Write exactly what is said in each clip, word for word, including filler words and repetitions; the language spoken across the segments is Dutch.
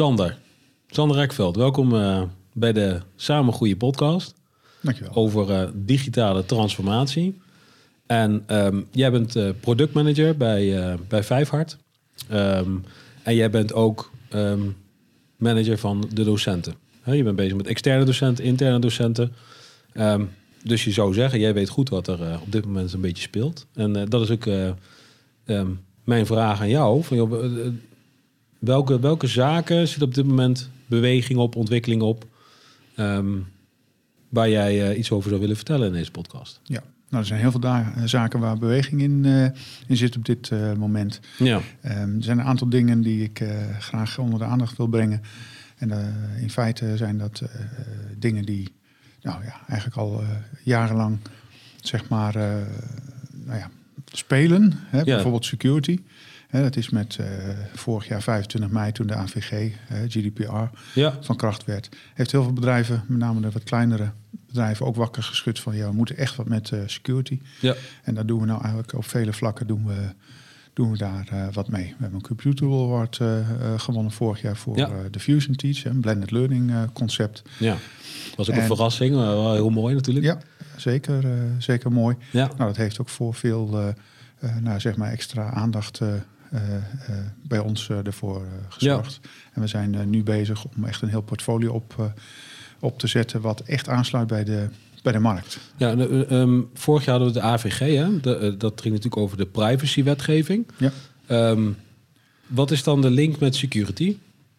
Sander. Sander Rekveld, welkom uh, bij de Samen Groeien podcast. Dankjewel. Over uh, digitale transformatie. En um, jij bent uh, productmanager bij, uh, bij Vijfhart. Um, en jij bent ook um, manager van de docenten. He, je bent bezig met externe docenten, interne docenten. Um, dus je zou zeggen, jij weet goed wat er uh, op dit moment een beetje speelt. En uh, dat is ook uh, um, mijn vraag aan jou. Van, joh, uh, welke, welke zaken zit op dit moment beweging op, ontwikkeling op... Um, waar jij uh, iets over zou willen vertellen in deze podcast? Ja, nou, er zijn heel veel da- zaken waar beweging in, uh, in zit op dit uh, moment. Ja. Um, er zijn een aantal dingen die ik uh, graag onder de aandacht wil brengen. En uh, in feite zijn dat uh, dingen die nou, ja, eigenlijk al uh, jarenlang zeg maar, uh, nou ja, spelen. Hè? Ja. Bijvoorbeeld security. Hè, dat is met uh, vorig jaar vijfentwintig mei toen de A V G, uh, G D P R, ja. van kracht werd. Heeft heel veel bedrijven, met name de wat kleinere bedrijven, ook wakker geschud van ja, we moeten echt wat met uh, security. Ja. En daar doen we nou eigenlijk op vele vlakken doen we, doen we daar uh, wat mee. We hebben een Computer Award uh, uh, gewonnen vorig jaar voor ja. uh, de Fusion Teach, een blended learning uh, concept. Ja, was ook en, een verrassing, maar wel heel mooi natuurlijk. Ja, zeker, uh, zeker mooi. Ja. Nou, dat heeft ook voor veel uh, uh, nou, zeg maar extra aandacht uh, Uh, uh, bij ons uh, ervoor uh, gezorgd. Ja. En we zijn uh, nu bezig om echt een heel portfolio op, uh, op te zetten wat echt aansluit bij de, bij de markt. Ja, uh, um, vorig jaar hadden we de A V G, hè? De, uh, dat ging natuurlijk over de privacywetgeving. Ja. Um, wat is dan de link met security?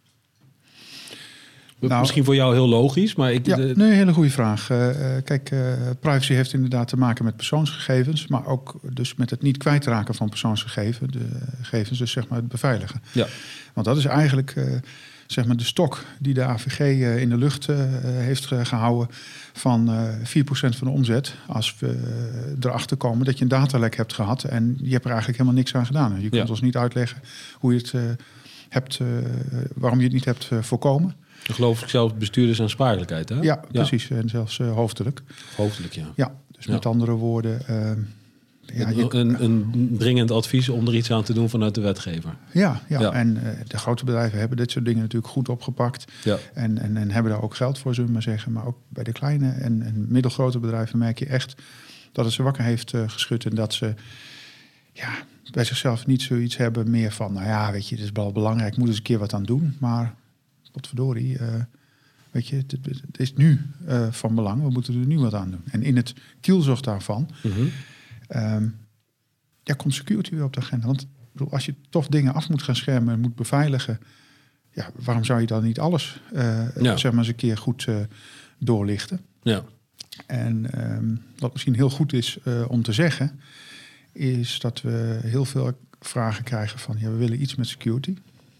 Nou, misschien voor jou heel logisch, maar ik... Ja, de... nee, hele goede vraag. Uh, kijk, uh, privacy heeft inderdaad te maken met persoonsgegevens, maar ook dus met het niet kwijtraken van persoonsgegevens, de gegevens, dus zeg maar het beveiligen. Ja. Want dat is eigenlijk uh, zeg maar de stok die de A V G uh, in de lucht uh, heeft gehouden van uh, vier procent van de omzet. Als we uh, erachter komen dat je een datalek hebt gehad en je hebt er eigenlijk helemaal niks aan gedaan. Je kunt ja. ons niet uitleggen hoe je het uh, hebt, uh, waarom je het niet hebt uh, voorkomen. Ik geloof ik zelfs bestuurdersaansprakelijkheid, hè? Ja, precies. Ja. En zelfs uh, hoofdelijk. Hoofdelijk, ja. Ja, dus ja. met andere woorden... Uh, ja, je... een, een dringend advies om er iets aan te doen vanuit de wetgever. Ja, ja. ja. en uh, de grote bedrijven hebben dit soort dingen natuurlijk goed opgepakt. Ja. En, en, en hebben daar ook geld voor, zullen we maar zeggen. Maar ook bij de kleine en, en middelgrote bedrijven merk je echt... dat het ze wakker heeft uh, geschud en dat ze... ja, bij zichzelf niet zoiets hebben meer van... nou ja, weet je, het is wel belangrijk, moet eens een keer wat aan doen, maar... Potverdorie, uh, weet je, het, het is nu uh, van belang. We moeten er nu wat aan doen. En in het kielzog daarvan mm-hmm. um, ja, komt security weer op de agenda. Want bedoel, als je toch dingen af moet gaan schermen en moet beveiligen... ja, waarom zou je dan niet alles uh, ja. zeg maar eens een keer goed uh, doorlichten? Ja. En um, wat misschien heel goed is uh, om te zeggen... is dat we heel veel vragen krijgen van... ja, we willen iets met security...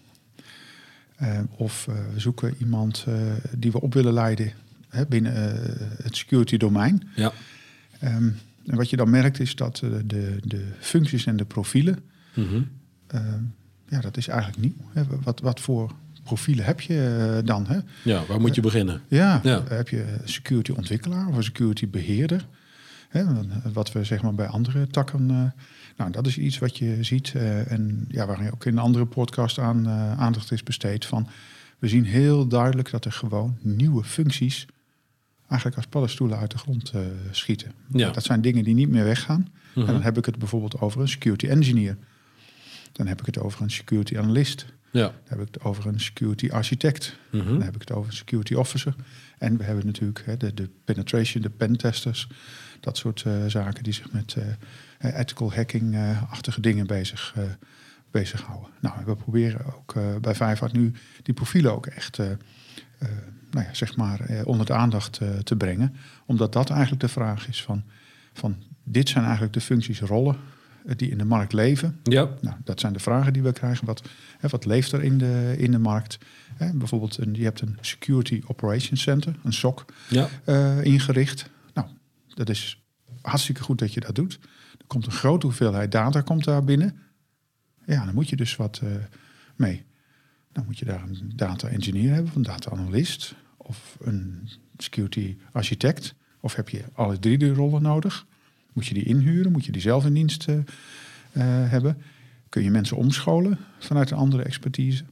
Uh, of uh, we zoeken iemand uh, die we op willen leiden hè, binnen uh, het security domein. Ja. Um, en wat je dan merkt is dat uh, de, de functies en de profielen... Mm-hmm. Uh, ja, dat is eigenlijk nieuw. Hè. Wat, wat voor profielen heb je uh, dan? Hè? Ja, waar moet je uh, beginnen? Ja, ja. Heb je security ontwikkelaar of een security beheerder? Hè, wat we zeg maar bij andere takken... Uh, Nou, dat is iets wat je ziet uh, en ja, waar ook in een andere podcast aan uh, aandacht is besteed van... we zien heel duidelijk dat er gewoon nieuwe functies eigenlijk als paddenstoelen uit de grond uh, schieten. Ja. Dat zijn dingen die niet meer weggaan. Mm-hmm. En dan heb ik het bijvoorbeeld over een security engineer. Dan heb ik het over een security analyst. Ja. Dan heb ik het over een security architect. Mm-hmm. Dan heb ik het over een security officer. En we hebben natuurlijk hè, de, de penetration, de pentesters... dat soort uh, zaken die zich met uh, ethical hacking-achtige uh, dingen bezig, uh, bezighouden. Nou, we proberen ook uh, bij Vijfhart nu die profielen ook echt uh, uh, nou ja, zeg maar, uh, onder de aandacht uh, te brengen. Omdat dat eigenlijk de vraag is van, van dit zijn eigenlijk de functies, rollen uh, die in de markt leven. Ja. Nou, dat zijn de vragen die we krijgen. Wat, hè, wat leeft er in de, in de markt? Hè, bijvoorbeeld, een, je hebt een Security Operations Center, een S O C, ja. uh, ingericht. Dat is hartstikke goed dat je dat doet. Er komt een grote hoeveelheid data komt daar binnen. Ja, dan moet je dus wat uh, mee. Dan moet je daar een data engineer hebben, een data analyst... of een security architect. Of heb je alle drie de rollen nodig? Moet je die inhuren? Moet je die zelf in dienst uh, uh, hebben? Kun je mensen omscholen vanuit een andere expertise?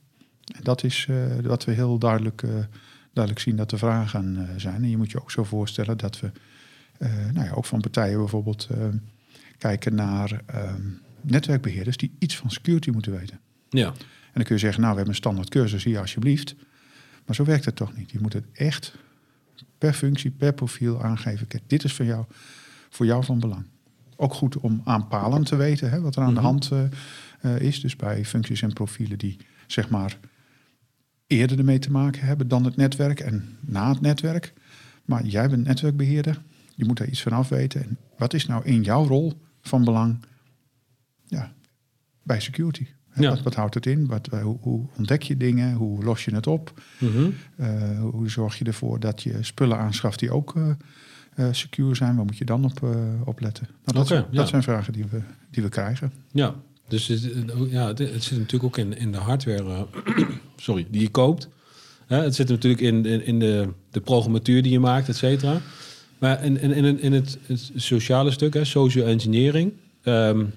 En dat is uh, wat we heel duidelijk, uh, duidelijk zien dat de vragen uh, zijn. En je moet je ook zo voorstellen dat we uh, nou ja, ook van partijen bijvoorbeeld uh, kijken naar uh, netwerkbeheerders die iets van security moeten weten. Ja. En dan kun je zeggen, nou, we hebben een standaard cursus hier alsjeblieft. Maar zo werkt het toch niet. Je moet het echt per functie, per profiel aangeven. Kijk, dit is voor jou, voor jou van belang. Ook goed om aanpalend te weten hè, wat er aan mm-hmm. de hand uh, is. Dus bij functies en profielen die zeg maar eerder ermee te maken hebben dan het netwerk en na het netwerk. Maar jij bent netwerkbeheerder. Je moet daar iets van af weten. En wat is nou in jouw rol van belang ja, bij security? Ja. Wat, wat houdt het in? Wat, hoe, hoe ontdek je dingen? Hoe los je het op? Mm-hmm. Uh, hoe zorg je ervoor dat je spullen aanschaft die ook uh, uh, secure zijn? Waar moet je dan op, uh, op letten? Nou, dat, okay, zijn, ja. dat zijn vragen die we, die we krijgen. Ja, dus het, ja, het, het zit natuurlijk ook in, in de hardware uh, sorry, die je koopt. Hè, het zit natuurlijk in, in, in de, de programmatuur die je maakt, et cetera. Maar in, in, in, in het, het sociale stuk, hè, social engineering... Um,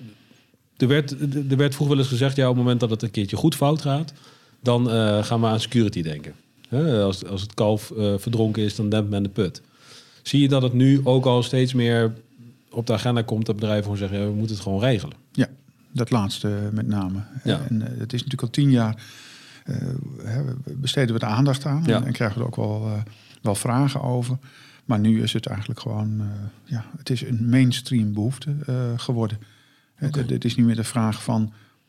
Er werd, er werd vroeger wel eens gezegd, ja, op het moment dat het een keertje goed fout gaat, dan uh, gaan we aan security denken. He, als, als het kalf uh, verdronken is, dan dempt men de put. Zie je dat het nu ook al steeds meer op de agenda komt dat bedrijven gewoon zeggen, ja, we moeten het gewoon regelen? Ja, dat laatste met name. Ja. En uh, het is natuurlijk al tien jaar, uh, besteden we de aandacht aan ja. en, en krijgen we er ook wel, uh, wel vragen over. Maar nu is het eigenlijk gewoon, uh, ja, het is een mainstream behoefte uh, geworden. Okay. Het, het is niet meer de vraag van,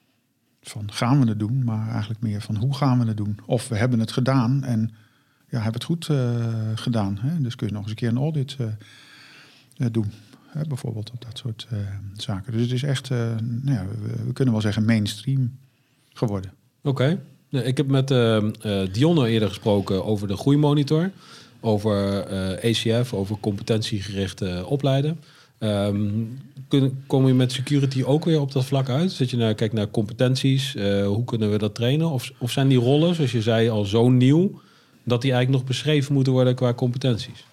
van gaan we het doen, maar eigenlijk meer van hoe gaan we het doen. Of we hebben het gedaan en ja, hebben het goed uh, gedaan. Hè? Dus kun je nog eens een keer een audit uh, uh, doen. Hè? Bijvoorbeeld op dat soort uh, zaken. Dus het is echt, uh, nou ja, we, we kunnen wel zeggen mainstream geworden. Oké. Okay. Ja, ik heb met uh, uh, Dionne eerder gesproken over de groeimonitor. Over uh, A C F, over competentiegericht uh, opleiden. Um, kun, kom je met security ook weer op dat vlak uit? Zit je naar, kijk naar competenties, uh, hoe kunnen we dat trainen? Of, of zijn die rollen, zoals je zei, al zo nieuw dat die eigenlijk nog beschreven moeten worden qua competenties?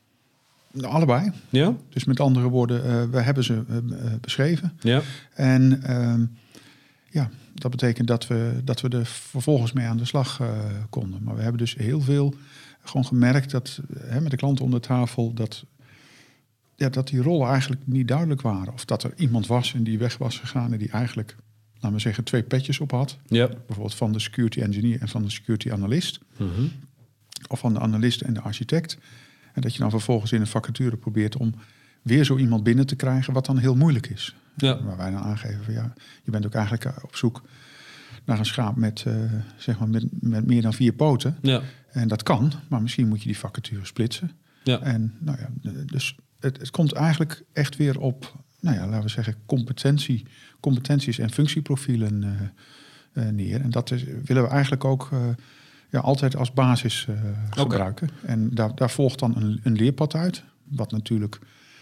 Allebei. Ja? Dus met andere woorden, uh, we hebben ze uh, beschreven. Ja. En uh, ja, dat betekent dat we, dat we er vervolgens mee aan de slag uh, konden. Maar we hebben dus heel veel gewoon gemerkt dat uh, met de klanten om de tafel dat Ja, dat die rollen eigenlijk niet duidelijk waren. Of dat er iemand was en die weg was gegaan en die eigenlijk, laten we zeggen, twee petjes op had. Ja. Bijvoorbeeld van de security engineer en van de security analyst. Mm-hmm. Of van de analist en de architect. En dat je dan vervolgens in een vacature probeert om weer zo iemand binnen te krijgen, wat dan heel moeilijk is. Ja. Waar wij dan aangeven van ja, je bent ook eigenlijk op zoek naar een schaap met, uh, zeg maar met, met meer dan vier poten. Ja. En dat kan, maar misschien moet je die vacature splitsen. Ja. En nou ja, dus Het, het komt eigenlijk echt weer op, nou ja, laten we zeggen, competentie, competenties en functieprofielen uh, uh, neer. En dat is, willen we eigenlijk ook uh, ja, altijd als basis uh, gebruiken. Okay. En daar, daar volgt dan een, een leerpad uit, wat natuurlijk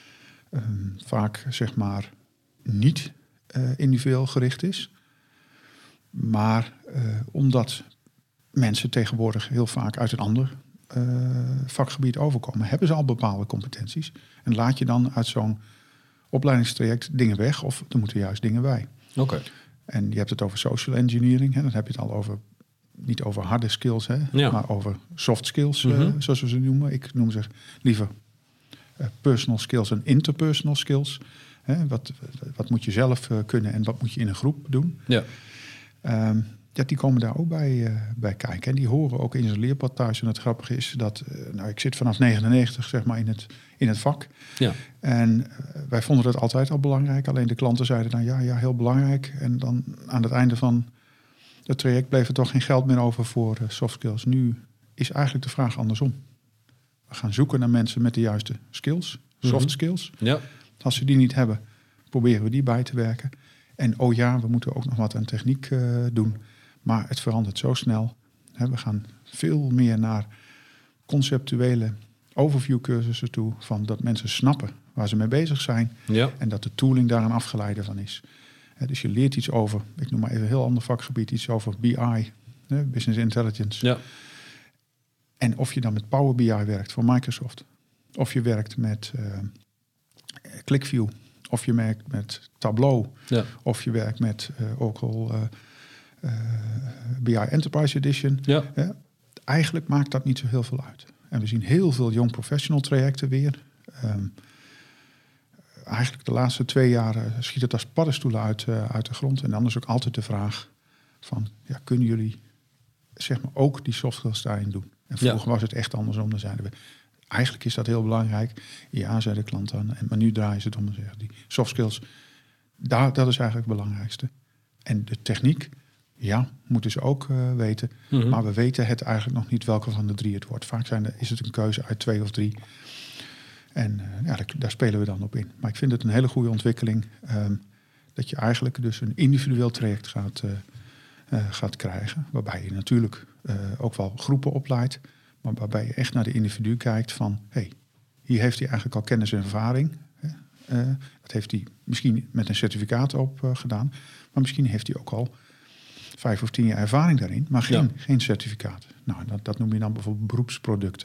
um, vaak, zeg maar, niet uh, individueel gericht is. Maar uh, omdat mensen tegenwoordig heel vaak uit een ander Uh, vakgebied overkomen, hebben ze al bepaalde competenties. En laat je dan uit zo'n opleidingstraject dingen weg of er moeten juist dingen bij. Oké. Okay. En je hebt het over social engineering. Hè, dan heb je het al over, niet over harde skills, hè, ja. maar over soft skills, mm-hmm. uh, zoals we ze noemen. Ik noem ze liever uh, personal skills en interpersonal skills. Hè, wat, wat moet je zelf uh, kunnen en wat moet je in een groep doen. Ja. Um, Ja, die komen daar ook bij, uh, bij kijken. En die horen ook in zijn leerpad thuis. En het grappige is dat, uh, nou, ik zit vanaf negenennegentig zeg maar in het, in het vak. Ja. En uh, wij vonden dat altijd al belangrijk. Alleen de klanten zeiden dan, ja, ja, heel belangrijk. En dan aan het einde van het traject bleef er toch geen geld meer over voor uh, soft skills. Nu is eigenlijk de vraag andersom. We gaan zoeken naar mensen met de juiste skills, soft mm-hmm. skills. Ja. Als ze die niet hebben, proberen we die bij te werken. En oh ja, we moeten ook nog wat aan techniek uh, doen. Maar het verandert zo snel. We gaan veel meer naar conceptuele overview cursussen toe. Van dat mensen snappen waar ze mee bezig zijn. Ja. En dat de tooling daar een afgeleide van is. Dus je leert iets over, ik noem maar even een heel ander vakgebied. Iets over B I, Business Intelligence. Ja. En of je dan met Power B I werkt voor Microsoft. Of je werkt met uh, ClickView. Of je werkt met Tableau. Ja. Of je werkt met uh, Oracle... Uh, uh, B I Enterprise Edition. Ja. Uh, eigenlijk maakt dat niet zo heel veel uit. En we zien heel veel young professional trajecten weer. Um, eigenlijk de laatste twee jaar schiet het als paddenstoelen uit, uh, uit de grond. En dan is ook altijd de vraag van, ja, kunnen jullie zeg maar ook die soft skills daarin doen? En vroeger ja. was het echt andersom. Dan zeiden we, eigenlijk is dat heel belangrijk. Ja, zei de klant dan. En, maar nu draaien ze het om en zeggen, die soft skills, daar, dat is eigenlijk het belangrijkste. En de techniek, ja, moeten ze ook uh, weten. Mm-hmm. Maar we weten het eigenlijk nog niet welke van de drie het wordt. Vaak zijn er, is het een keuze uit twee of drie. En uh, ja, daar, daar spelen we dan op in. Maar ik vind het een hele goede ontwikkeling. Um, dat je eigenlijk dus een individueel traject gaat, uh, uh, gaat krijgen. Waarbij je natuurlijk uh, ook wel groepen opleidt. Maar waarbij je echt naar de individu kijkt van, hé, hey, hier heeft hij eigenlijk al kennis en ervaring. Uh, dat heeft hij misschien met een certificaat op uh, gedaan. Maar misschien heeft hij ook al vijf of tien jaar ervaring daarin. Maar geen, ja. geen certificaat. Nou, dat, dat noem je dan bijvoorbeeld beroepsproducten.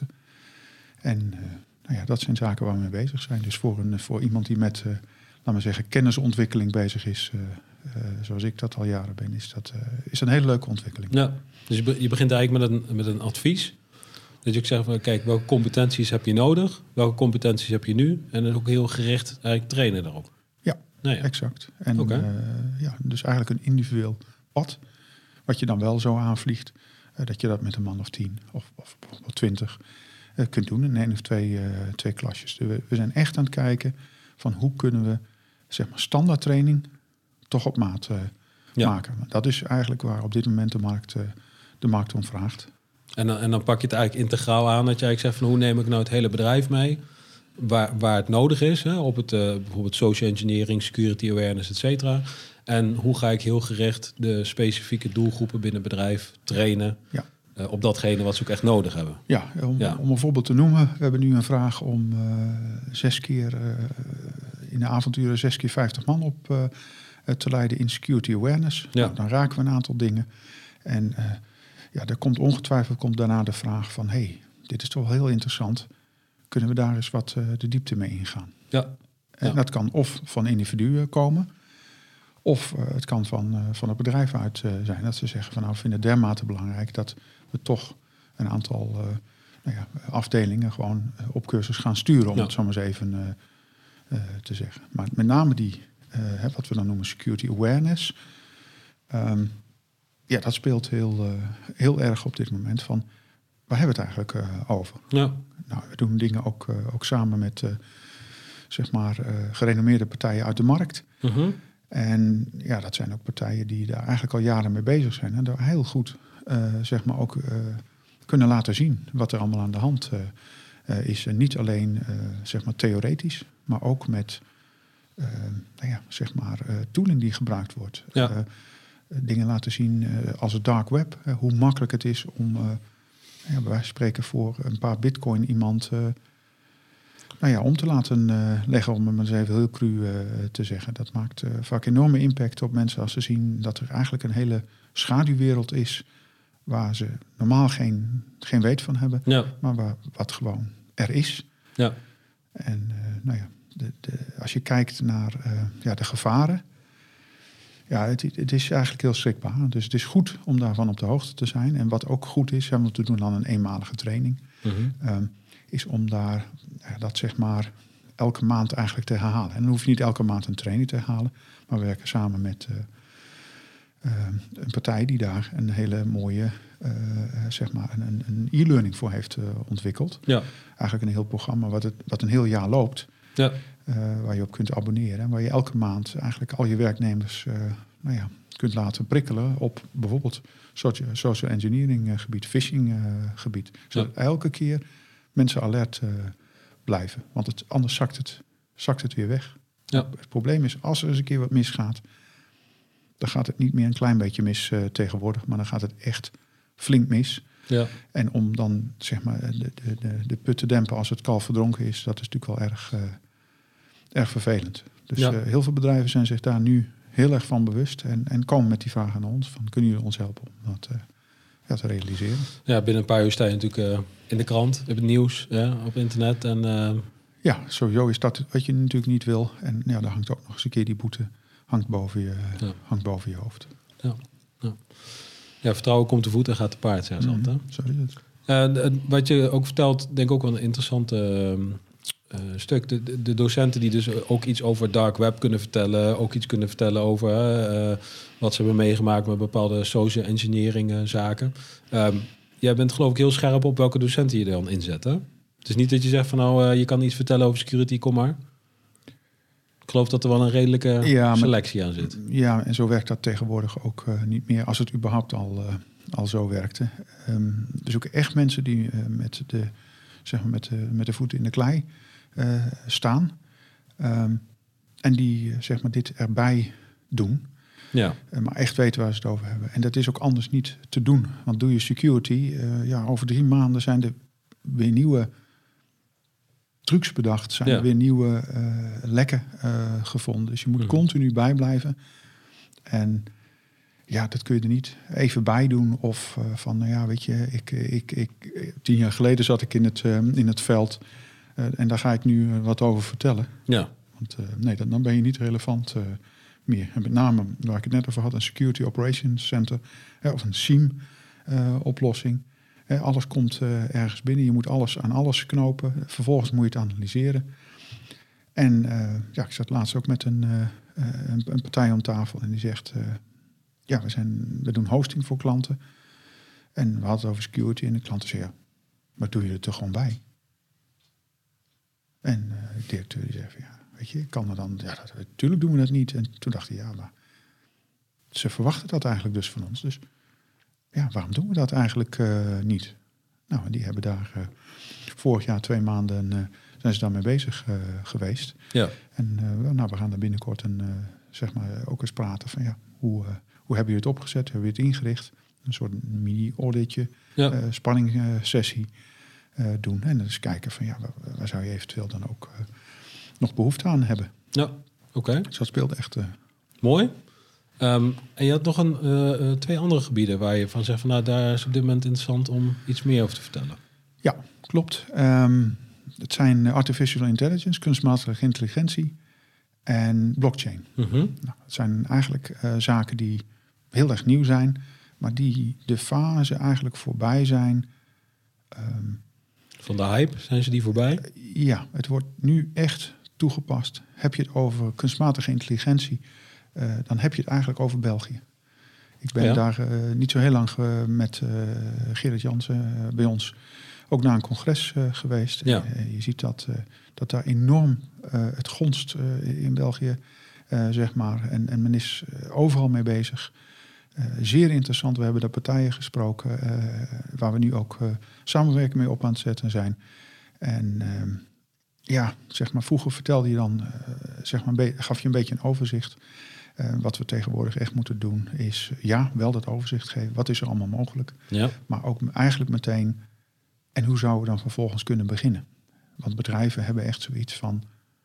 En uh, nou ja, dat zijn zaken waar we mee bezig zijn. Dus voor, een, voor iemand die met, uh, laten we zeggen, kennisontwikkeling bezig is, uh, uh, zoals ik dat al jaren ben, is dat uh, is een hele leuke ontwikkeling. Ja, dus je, be- je begint eigenlijk met een, met een advies. Dat je ook zegt van, kijk, welke competenties heb je nodig? Welke competenties heb je nu? En dan ook heel gericht eigenlijk trainen daarop. Ja, nou ja. exact. En okay. uh, ja, dus eigenlijk een individueel pad, wat je dan wel zo aanvliegt, uh, dat je dat met een man of tien of, of bijvoorbeeld twintig uh, kunt doen in één of twee, uh, twee klasjes. Dus we, we zijn echt aan het kijken van hoe kunnen we, zeg maar, standaard training toch op maat uh, ja. maken. Dat is eigenlijk waar op dit moment de markt, uh, de markt om vraagt. En dan, en dan pak je het eigenlijk integraal aan dat je eigenlijk zegt van, hoe neem ik nou het hele bedrijf mee waar, waar het nodig is, hè, op het uh, bijvoorbeeld social engineering, security awareness, et cetera. En hoe ga ik heel gericht de specifieke doelgroepen binnen het bedrijf trainen ja. uh, op datgene wat ze ook echt nodig hebben. Ja, om, ja. om een voorbeeld te noemen, we hebben nu een vraag om uh, zes keer uh, in de avonturen zes keer vijftig man op uh, te leiden in security awareness. Ja. Nou, dan raken we een aantal dingen. En uh, ja, er komt ongetwijfeld komt daarna de vraag van, hey, dit is toch wel heel interessant. Kunnen we daar eens wat uh, de diepte mee ingaan? Ja. En ja. dat kan of van individuen komen, of uh, het kan van, uh, van het bedrijf uit uh, zijn. Dat ze zeggen van, nou, we vinden het dermate belangrijk dat we toch een aantal uh, nou ja, afdelingen gewoon uh, op cursus gaan sturen, om ja. het zo maar eens even uh, uh, te zeggen. Maar met name die, uh, wat we dan noemen security awareness. Um, Ja, dat speelt heel, uh, heel erg op dit moment van, waar hebben we het eigenlijk uh, over? Ja. Nou, we doen dingen ook, uh, ook samen met uh, zeg maar uh, gerenommeerde partijen uit de markt. Uh-huh. En ja, dat zijn ook partijen die daar eigenlijk al jaren mee bezig zijn. En daar heel goed uh, zeg maar ook uh, kunnen laten zien wat er allemaal aan de hand uh, uh, is. En niet alleen uh, zeg maar theoretisch, maar ook met uh, nou ja, zeg maar uh, tooling die gebruikt wordt. Ja. Uh, dingen laten zien uh, als het dark web. Uh, hoe makkelijk het is om, uh, ja, bij wijze van spreken, voor een paar bitcoin iemand uh, nou ja, om te laten uh, leggen, om het maar eens even heel cru uh, te zeggen. Dat maakt uh, vaak enorme impact op mensen als ze zien dat er eigenlijk een hele schaduwwereld is waar ze normaal geen, geen weet van hebben, ja. maar waar, wat gewoon er is. Ja. En uh, nou ja, de, de, als je kijkt naar uh, ja, de gevaren, ja, het, het is eigenlijk heel schrikbaar. Dus het is goed om daarvan op de hoogte te zijn. En wat ook goed is, ja, want we doen dan een eenmalige training, mm-hmm. um, is om daar ja, dat zeg maar elke maand eigenlijk te herhalen. En dan hoef je niet elke maand een training te herhalen, maar we werken samen met uh, uh, een partij die daar een hele mooie uh, zeg maar een, een e-learning voor heeft uh, ontwikkeld. Ja. Eigenlijk een heel programma wat, het, wat een heel jaar loopt. Ja. Uh, waar je op kunt abonneren. En waar je elke maand eigenlijk al je werknemers uh, nou ja, kunt laten prikkelen op bijvoorbeeld social, social engineering uh, gebied, phishing uh, gebied. Zodat ja. elke keer mensen alert uh, blijven. Want het, anders zakt het, zakt het weer weg. Ja. Het probleem is, als er eens een keer wat misgaat, dan gaat het niet meer een klein beetje mis uh, tegenwoordig, maar dan gaat het echt flink mis. Ja. En om dan zeg maar de, de, de, de put te dempen als het kalf verdronken is, dat is natuurlijk wel erg, uh, erg vervelend. Dus ja. uh, heel veel bedrijven zijn zich daar nu heel erg van bewust en, en komen met die vraag aan ons van, kunnen jullie ons helpen om dat uh, ja, te realiseren? Ja, binnen een paar uur sta je natuurlijk uh, in de krant, op het nieuws, ja, op internet. En, uh... Ja, sowieso is dat wat je natuurlijk niet wil. En ja, daar hangt ook nog eens een keer die boete hangt boven je, ja. hangt boven je hoofd. Ja. Ja. Ja, vertrouwen komt te voet en gaat te paard, zei Zand. Mm, zo is het. Uh, wat je ook vertelt, denk ik ook wel een interessante uh, stuk. De, de, de docenten die dus ook iets over dark web kunnen vertellen. Ook iets kunnen vertellen over uh, wat ze hebben meegemaakt met bepaalde social engineering uh, zaken. Um, jij bent geloof ik heel scherp op welke docenten je dan inzet, hè? Het is niet dat je zegt van nou, uh, je kan iets vertellen over security, kom maar. Ik geloof dat er wel een redelijke ja, selectie maar, aan zit. Ja, en zo werkt dat tegenwoordig ook uh, niet meer, als het überhaupt al, uh, al zo werkte. Um, er zoeken echt mensen die uh, met, de, zeg maar met, de, met de voeten in de klei uh, staan. Um, en die uh, zeg maar dit erbij doen. Ja. Uh, maar echt weten waar ze het over hebben. En dat is ook anders niet te doen. Want doe je security, uh, ja, over drie maanden zijn er weer nieuwe trucs bedacht, zijn ja. er weer nieuwe uh, lekken uh, gevonden. Dus je moet mm-hmm. continu bijblijven. En ja, dat kun je er niet even bij doen. Of uh, van, nou ja, weet je, ik, ik, ik, tien jaar geleden zat ik in het, uh, in het veld. Uh, en daar ga ik nu uh, wat over vertellen. Ja. Want uh, nee, dan, dan ben je niet relevant uh, meer. En met name, waar ik het net over had, een Security Operations Center. Uh, of een S I E M-oplossing. Uh, He, alles komt uh, ergens binnen. Je moet alles aan alles knopen. Vervolgens moet je het analyseren. En uh, ja, ik zat laatst ook met een, uh, een, een partij aan tafel. En die zegt, uh, ja, we, zijn, we doen hosting voor klanten. En we hadden het over security. En de klanten zei, ja, maar doe je er toch gewoon bij? En uh, de directeur die zei, ja, weet je, kan er dan... Ja, dat, natuurlijk doen we dat niet. En toen dacht hij, ja, maar ze verwachten dat eigenlijk dus van ons. Dus ja, waarom doen we dat eigenlijk uh, niet? Nou, die hebben daar uh, vorig jaar twee maanden uh, zijn ze daarmee bezig uh, geweest. Ja. En uh, nou, we gaan daar binnenkort een, uh, zeg maar ook eens praten van ja, hoe, uh, hoe hebben jullie het opgezet? Hebben jullie het ingericht? Een soort mini-auditje, ja. uh, spanning uh, sessie uh, doen. En dan eens kijken van ja, waar, waar zou je eventueel dan ook uh, nog behoefte aan hebben? Ja, oké. Okay. Dus dat speelt echt... Uh, Mooi. Um, en je had nog een, uh, twee andere gebieden waar je van zegt van nou, daar is op dit moment interessant om iets meer over te vertellen. Ja, klopt. Um, het zijn artificial intelligence, kunstmatige intelligentie en blockchain. Mm-hmm. Nou, het zijn eigenlijk uh, zaken die heel erg nieuw zijn, maar die de fase eigenlijk voorbij zijn. Um, Van de hype, zijn ze die voorbij? Uh, ja, het wordt nu echt toegepast. Heb je het over kunstmatige intelligentie, Uh, dan heb je het eigenlijk over België. Ik ben ja. daar uh, niet zo heel lang uh, met uh, Gerrit Jansen uh, bij ons ook naar een congres uh, geweest. Ja. Uh, je ziet dat, uh, dat daar enorm uh, het gonst uh, in België, uh, zeg maar. En, en men is uh, overal mee bezig. Uh, zeer interessant. We hebben daar partijen gesproken uh, waar we nu ook uh, samenwerking mee op aan het zetten zijn. En uh, ja, zeg maar, vroeger vertelde je dan, uh, zeg maar, be- gaf je een beetje een overzicht. Uh, wat we tegenwoordig echt moeten doen is, ja, wel dat overzicht geven. Wat is er allemaal mogelijk? Ja. Maar ook eigenlijk meteen, en hoe zouden we dan vervolgens kunnen beginnen? Want bedrijven hebben echt zoiets van,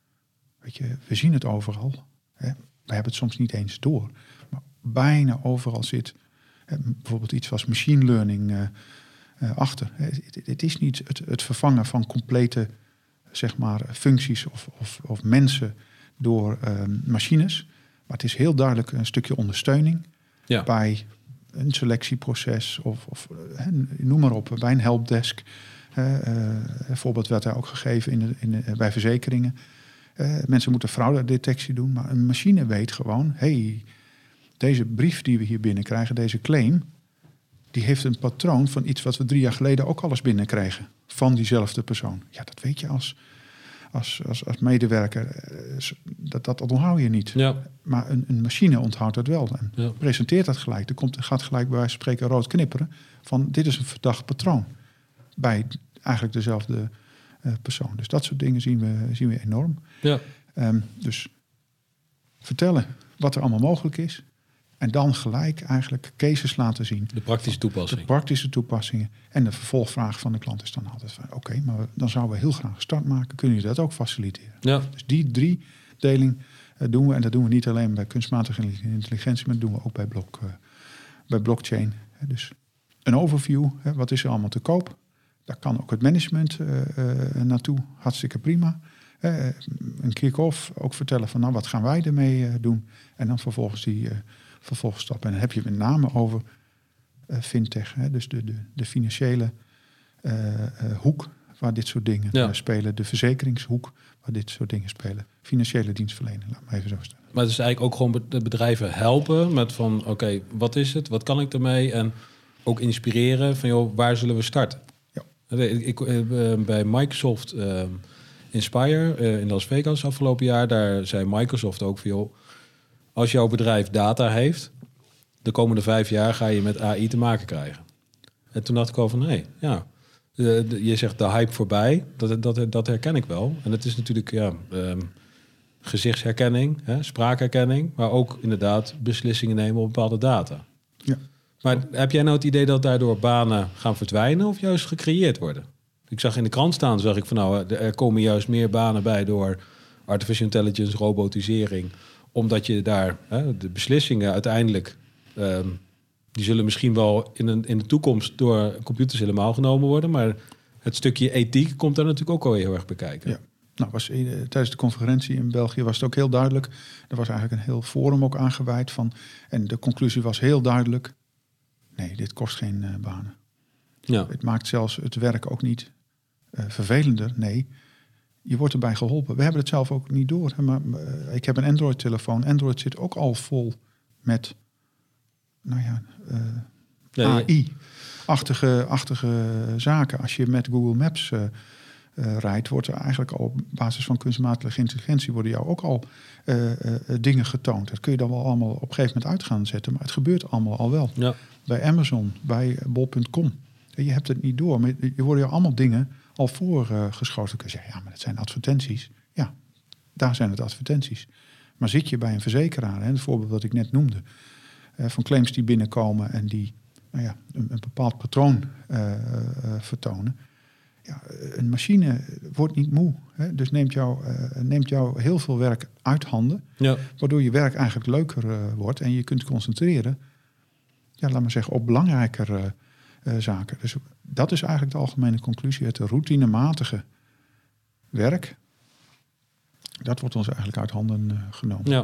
weet je, we zien het overal. Hè? We hebben het soms niet eens door. Maar bijna overal zit hè, bijvoorbeeld iets als machine learning uh, uh, achter. Het, het is niet het, het vervangen van complete, zeg maar, functies of, of, of mensen door uh, machines. Maar het is heel duidelijk een stukje ondersteuning ja. bij een selectieproces of, of noem maar op, bij een helpdesk. Uh, uh, een voorbeeld werd daar ook gegeven in de, in de, bij verzekeringen. Uh, mensen moeten fraudedetectie doen, maar een machine weet gewoon, hey, deze brief die we hier binnenkrijgen, deze claim, die heeft een patroon van iets wat we drie jaar geleden ook al eens binnenkregen van diezelfde persoon. Ja, dat weet je als... Als, als, als medewerker, dat, dat onthoud je niet. Ja. Maar een, een machine onthoudt dat wel. En ja. presenteert dat gelijk. Er komt, gaat gelijk bij wijze van spreken rood knipperen. Van dit is een verdacht patroon. Bij eigenlijk dezelfde uh, persoon. Dus dat soort dingen zien we, zien we enorm. Ja. Um, dus vertellen wat er allemaal mogelijk is. En dan gelijk eigenlijk cases laten zien. De praktische toepassing. De praktische toepassingen. En de vervolgvraag van de klant is dan altijd van... oké, okay, maar dan zouden we heel graag een start maken. Kunnen jullie dat ook faciliteren? Ja. Dus die drie deling uh, doen we. En dat doen we niet alleen bij kunstmatige intelligentie... maar dat doen we ook bij, blok, uh, bij blockchain. Dus een overview. Hè, wat is er allemaal te koop? Daar kan ook het management uh, uh, naartoe. Hartstikke prima. Uh, een kick-off. Ook vertellen van nou, wat gaan wij ermee uh, doen? En dan vervolgens die... Uh, vervolgstap. En dan heb je met name over uh, fintech, hè, dus de, de, de financiële uh, uh, hoek waar dit soort dingen ja. uh, spelen. De verzekeringshoek waar dit soort dingen spelen. Financiële dienstverlening, laat me even zo stellen. Maar het is eigenlijk ook gewoon de bedrijven helpen met van, oké, okay, wat is het? Wat kan ik ermee? En ook inspireren van, joh, waar zullen we starten? Ja. Ik, ik, uh, bij Microsoft uh, Inspire uh, in Las Vegas afgelopen jaar, daar zei Microsoft ook van, joh, als jouw bedrijf data heeft, de komende vijf jaar ga je met A I te maken krijgen. En toen dacht ik al van, nee, ja, de, de, je zegt de hype voorbij, dat, dat, dat herken ik wel. En het is natuurlijk, ja, um, gezichtsherkenning, hè, spraakherkenning, maar ook inderdaad beslissingen nemen op bepaalde data. Ja. Maar heb jij nou het idee dat daardoor banen gaan verdwijnen of juist gecreëerd worden? Ik zag in de krant staan, zag ik van nou, er komen juist meer banen bij door artificial intelligence, robotisering, omdat je daar hè, de beslissingen uiteindelijk, um, die zullen misschien wel in, een, in de toekomst door computers helemaal genomen worden, maar het stukje ethiek komt daar natuurlijk ook al heel erg bekijken. Ja. Nou, was, uh, tijdens de conferentie in België was het ook heel duidelijk. Er was eigenlijk een heel forum ook aangeweid van, en de conclusie was heel duidelijk. Nee, dit kost geen uh, banen. Ja. Het maakt zelfs het werk ook niet uh, vervelender. Nee, je wordt erbij geholpen. We hebben het zelf ook niet door. Hè, maar uh, ik heb een Android-telefoon. Android zit ook al vol met, nou ja, uh, nee, A I-achtige achtige zaken. Als je met Google Maps uh, uh, rijdt, wordt er eigenlijk al op basis van kunstmatige intelligentie worden jou ook al uh, uh, dingen getoond. Dat kun je dan wel allemaal op een gegeven moment uit gaan zetten, maar het gebeurt allemaal al wel. Ja. Bij Amazon, bij bol punt com. Je hebt het niet door, maar je worden je allemaal dingen al voorgeschoten. Kun je zeggen, ja, maar dat zijn advertenties. Ja, daar zijn het advertenties. Maar zit je bij een verzekeraar, hè, het voorbeeld wat ik net noemde, uh, van claims die binnenkomen en die nou ja, een, een bepaald patroon uh, uh, vertonen. Ja, een machine wordt niet moe. Hè, dus neemt jou, uh, neemt jou heel veel werk uit handen. Ja. Waardoor je werk eigenlijk leuker uh, wordt en je kunt concentreren. Ja, laat maar zeggen, op belangrijker uh, uh, zaken. Dus dat is eigenlijk de algemene conclusie. Het routinematige werk, dat wordt ons eigenlijk uit handen uh, genomen. Ja.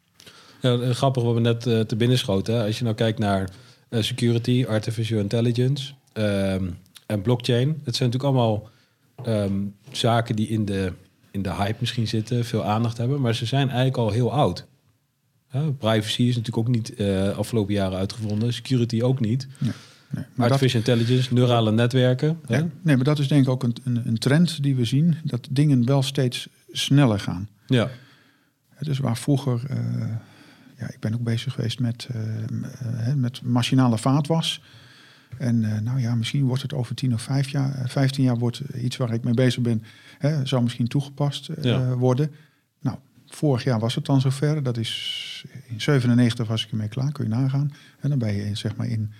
Ja, grappig wat we net uh, te binnen schoten. Hè? Als je nou kijkt naar uh, security, artificial intelligence um, en blockchain. Het zijn natuurlijk allemaal um, zaken die in de, in de hype misschien zitten, veel aandacht hebben. Maar ze zijn eigenlijk al heel oud. Ja, privacy is natuurlijk ook niet uh, afgelopen jaren uitgevonden. Security ook niet. Nee, nee, maar artificial dat, intelligence, neurale netwerken. Ja, hè? Nee, maar dat is denk ik ook een, een, een trend die we zien. Dat dingen wel steeds sneller gaan. Ja. Dus waar vroeger... Uh, ja, ik ben ook bezig geweest met, uh, met machinale vaatwas. En uh, nou ja, misschien wordt het over tien of vijf jaar, vijftien jaar wordt iets waar ik mee bezig ben, hè, zou misschien toegepast uh, ja. worden. Nou, vorig jaar was het dan zover. Dat is in zevenennegentig was ik ermee klaar, kun je nagaan. En dan ben je zeg maar in,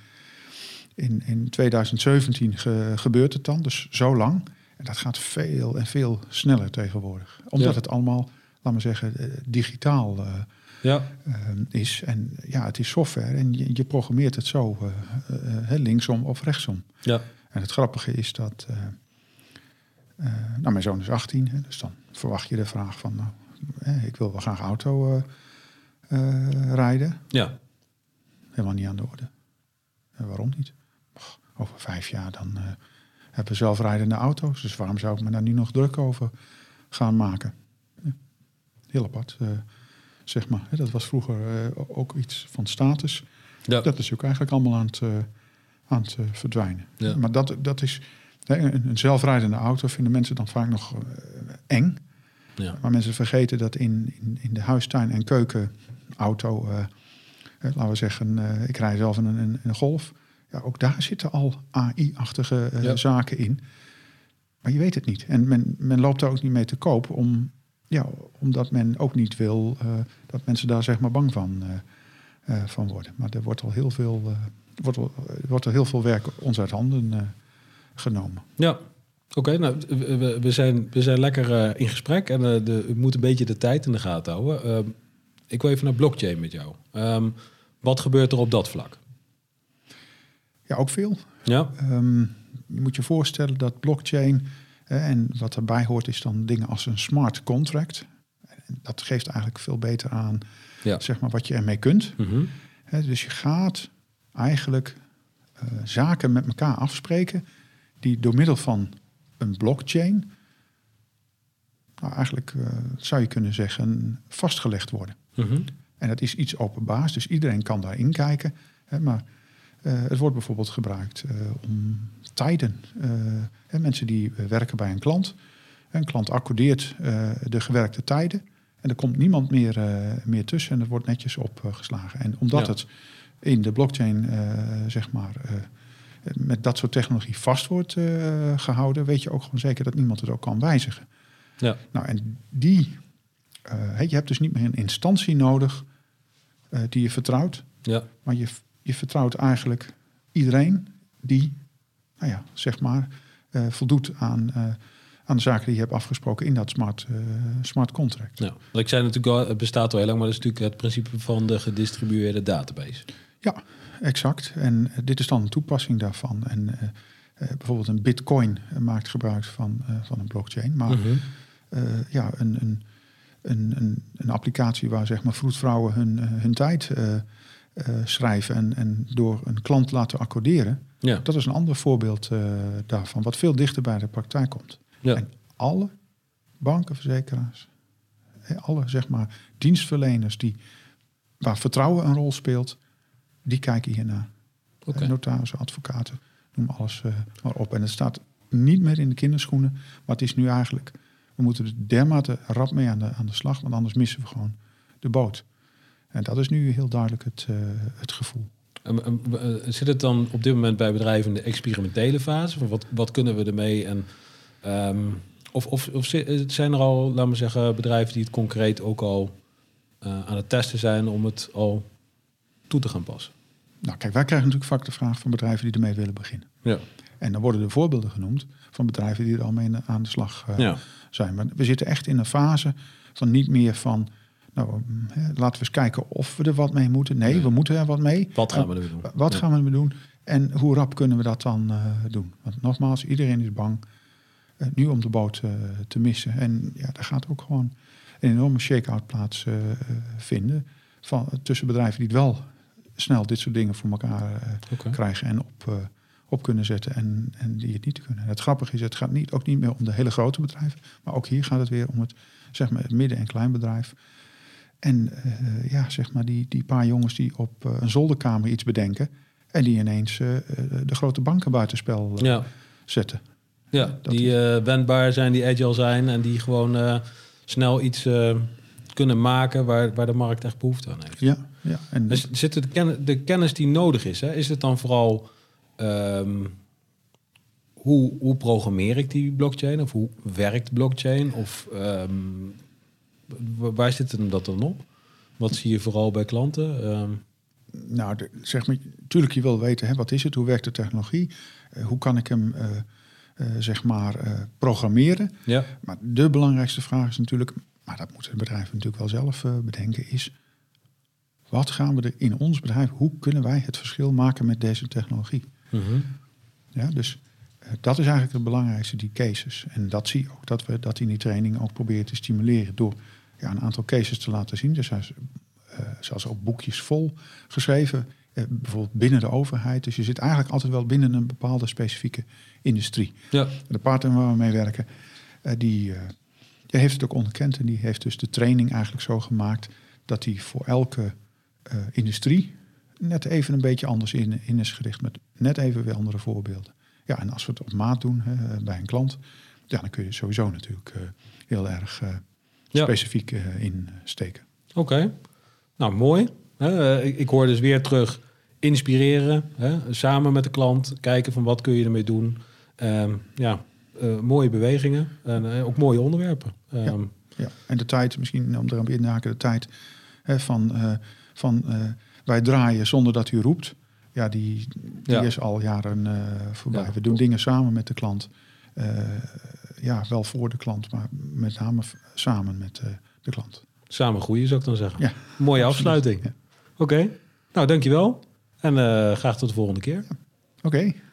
in, in twintig zeventien ge, gebeurt het dan, dus zo lang. En dat gaat veel en veel sneller tegenwoordig. Omdat ja. het allemaal, laat maar zeggen, digitaal uh, ja. uh, is. En ja, het is software en je, je programmeert het zo uh, uh, linksom of rechtsom. Ja. En het grappige is dat, uh, uh, nou mijn zoon is achttien, hè, dus dan verwacht je de vraag van, nou, eh, ik wil wel graag auto uh, uh, rijden. Ja. Helemaal niet aan de orde. En waarom niet? Och, over vijf jaar dan uh, hebben we zelfrijdende auto's, dus waarom zou ik me daar nu nog druk over gaan maken? Ja. Heel apart. Uh, Zeg maar, hè, dat was vroeger uh, ook iets van status. Ja. Dat is ook eigenlijk allemaal aan het, uh, aan het uh, verdwijnen. Ja. Maar dat, dat is... Hè, een, een zelfrijdende auto vinden mensen dan vaak nog uh, eng. Ja. Maar mensen vergeten dat in, in, in de huistuin- en keukenauto... Uh, uh, laten we zeggen, uh, ik rij zelf in een, een, een Golf. Ja, ook daar zitten al A I-achtige uh, ja. zaken in. Maar je weet het niet. En men, men loopt daar ook niet mee te koop om... Ja, omdat men ook niet wil uh, dat mensen daar zeg maar bang van, uh, uh, van worden. Maar er wordt al heel veel, uh, wordt, uh, wordt er heel veel werk ons uit handen uh, genomen. Ja, oké. Okay, nou, we, we, zijn, we zijn lekker uh, in gesprek en uh, de, we moeten een beetje de tijd in de gaten houden. Uh, ik wil even naar blockchain met jou. Um, wat gebeurt er op dat vlak? Ja, ook veel. Ja. Um, je moet je voorstellen dat blockchain... En wat erbij hoort is dan dingen als een smart contract. Dat geeft eigenlijk veel beter aan ja. zeg maar, wat je ermee kunt. Mm-hmm. He, dus je gaat eigenlijk uh, zaken met elkaar afspreken die door middel van een blockchain, nou eigenlijk uh, zou je kunnen zeggen, vastgelegd worden. Mm-hmm. En dat is iets openbaars, dus iedereen kan daarin kijken. Hè, maar uh, het wordt bijvoorbeeld gebruikt uh, om tijden. Uh, hè, mensen die uh, werken bij een klant. Een klant accordeert uh, de gewerkte tijden. En er komt niemand meer, uh, meer tussen en het wordt netjes opgeslagen. En omdat ja. het in de blockchain, uh, zeg maar, uh, met dat soort technologie vast wordt uh, gehouden, weet je ook gewoon zeker dat niemand het ook kan wijzigen. Ja. Nou, en die, uh, je hebt dus niet meer een instantie nodig uh, die je vertrouwt. Ja. Maar je, je vertrouwt eigenlijk iedereen die, nou ja, zeg maar, uh, voldoet aan, uh, aan de zaken die je hebt afgesproken in dat smart, uh, smart contract. Ja. Ik zei natuurlijk al, het bestaat al heel lang, maar dat is natuurlijk het principe van de gedistribueerde database. Ja, exact. En uh, dit is dan een toepassing daarvan. En uh, uh, bijvoorbeeld een bitcoin maakt gebruik van, uh, van een blockchain. Maar mm-hmm. uh, ja, een, een, een, een, een applicatie waar zeg maar vroedvrouwen hun, uh, hun tijd uh, uh, schrijven en, en door een klant laten accorderen. Ja. Dat is een ander voorbeeld uh, daarvan, wat veel dichter bij de praktijk komt. Ja. En alle banken, verzekeraars, alle zeg maar dienstverleners die, waar vertrouwen een rol speelt, die kijken hiernaar. Okay. Notarissen, advocaten, noem alles uh, maar op. En het staat niet meer in de kinderschoenen, maar het is nu eigenlijk, we moeten er dermate rap mee aan de, aan de slag, want anders missen we gewoon de boot. En dat is nu heel duidelijk het, uh, het gevoel. Um, um, uh, zit het dan op dit moment bij bedrijven in de experimentele fase? Wat, wat kunnen we ermee? En, um, of, of, of zijn er al, laten we zeggen, bedrijven die het concreet ook al uh, aan het testen zijn om het al toe te gaan passen? Nou kijk, wij krijgen natuurlijk vaak de vraag van bedrijven die ermee willen beginnen. Ja. En dan worden er voorbeelden genoemd van bedrijven die er al mee aan de slag uh, ja. zijn. Maar we zitten echt in een fase van niet meer van, nou, hè, laten we eens kijken of we er wat mee moeten. Nee, ja. we moeten er wat mee. Wat gaan we ermee doen? Wat ja. gaan we ermee doen? En hoe rap kunnen we dat dan uh, doen? Want nogmaals, iedereen is bang uh, nu om de boot uh, te missen. En ja, daar gaat ook gewoon een enorme shake-out plaats uh, vinden van, tussen bedrijven die het wel snel dit soort dingen voor elkaar uh, okay. krijgen en op, uh, op kunnen zetten en, en die het niet kunnen. Het grappige is, het gaat niet, ook niet meer om de hele grote bedrijven, maar ook hier gaat het weer om het, zeg maar, het midden- en kleinbedrijf. En uh, ja, zeg maar, die, die paar jongens die op uh, een zolderkamer iets bedenken en die ineens uh, de grote banken buitenspel uh, ja. zetten. Ja, dat die uh, wendbaar zijn, die agile zijn en die gewoon uh, snel iets uh, kunnen maken waar, waar de markt echt behoefte aan heeft. Ja, ja. En dus zit de, ken, de kennis die nodig is, hè, is het dan vooral um, hoe, hoe programmeer ik die blockchain of hoe werkt blockchain of um, waar zit hem dat dan op? Wat zie je vooral bij klanten? Um, nou, de, zeg maar, natuurlijk je wil weten, hè, wat is het, hoe werkt de technologie, uh, hoe kan ik hem uh, uh, zeg maar uh, programmeren? Ja. Maar de belangrijkste vraag is natuurlijk, maar dat moeten bedrijven natuurlijk wel zelf uh, bedenken, is wat gaan we er in ons bedrijf, hoe kunnen wij het verschil maken met deze technologie? Mm-hmm. Ja, dus uh, dat is eigenlijk het belangrijkste, die cases. En dat zie je ook, dat we dat in die training ook proberen te stimuleren door ja, een aantal cases te laten zien. Dus er zijn uh, zelfs ook boekjes vol geschreven, uh, bijvoorbeeld binnen de overheid. Dus je zit eigenlijk altijd wel binnen een bepaalde specifieke industrie. Ja. De partner waar we mee werken, uh, die, uh, die heeft het ook onderkend en die heeft dus de training eigenlijk zo gemaakt dat die voor elke uh, industrie net even een beetje anders in, in is gericht, met net even weer andere voorbeelden. Ja, en als we het op maat doen uh, bij een klant, ja, dan kun je sowieso natuurlijk uh, heel erg uh, ja. specifiek uh, insteken. Oké, okay. Nou mooi. Uh, ik, ik hoor dus weer terug inspireren, hè? Samen met de klant, kijken van wat kun je ermee doen. Uh, ja, uh, mooie bewegingen en uh, ook mooie onderwerpen. Uh, ja, ja, en de tijd, misschien om erop in te haken, de tijd hè, van, uh, van uh, wij draaien zonder dat u roept. Ja, die, die ja. is al jaren uh, voorbij. Ja. We doen dingen samen met de klant. Uh, ja, wel voor de klant, maar met name f- samen met uh, de klant. Samen groeien, zou ik dan zeggen. Ja, mooie absoluut. Afsluiting. Ja. Oké, okay. Nou dankjewel. En uh, graag tot de volgende keer. Ja. Oké. Okay.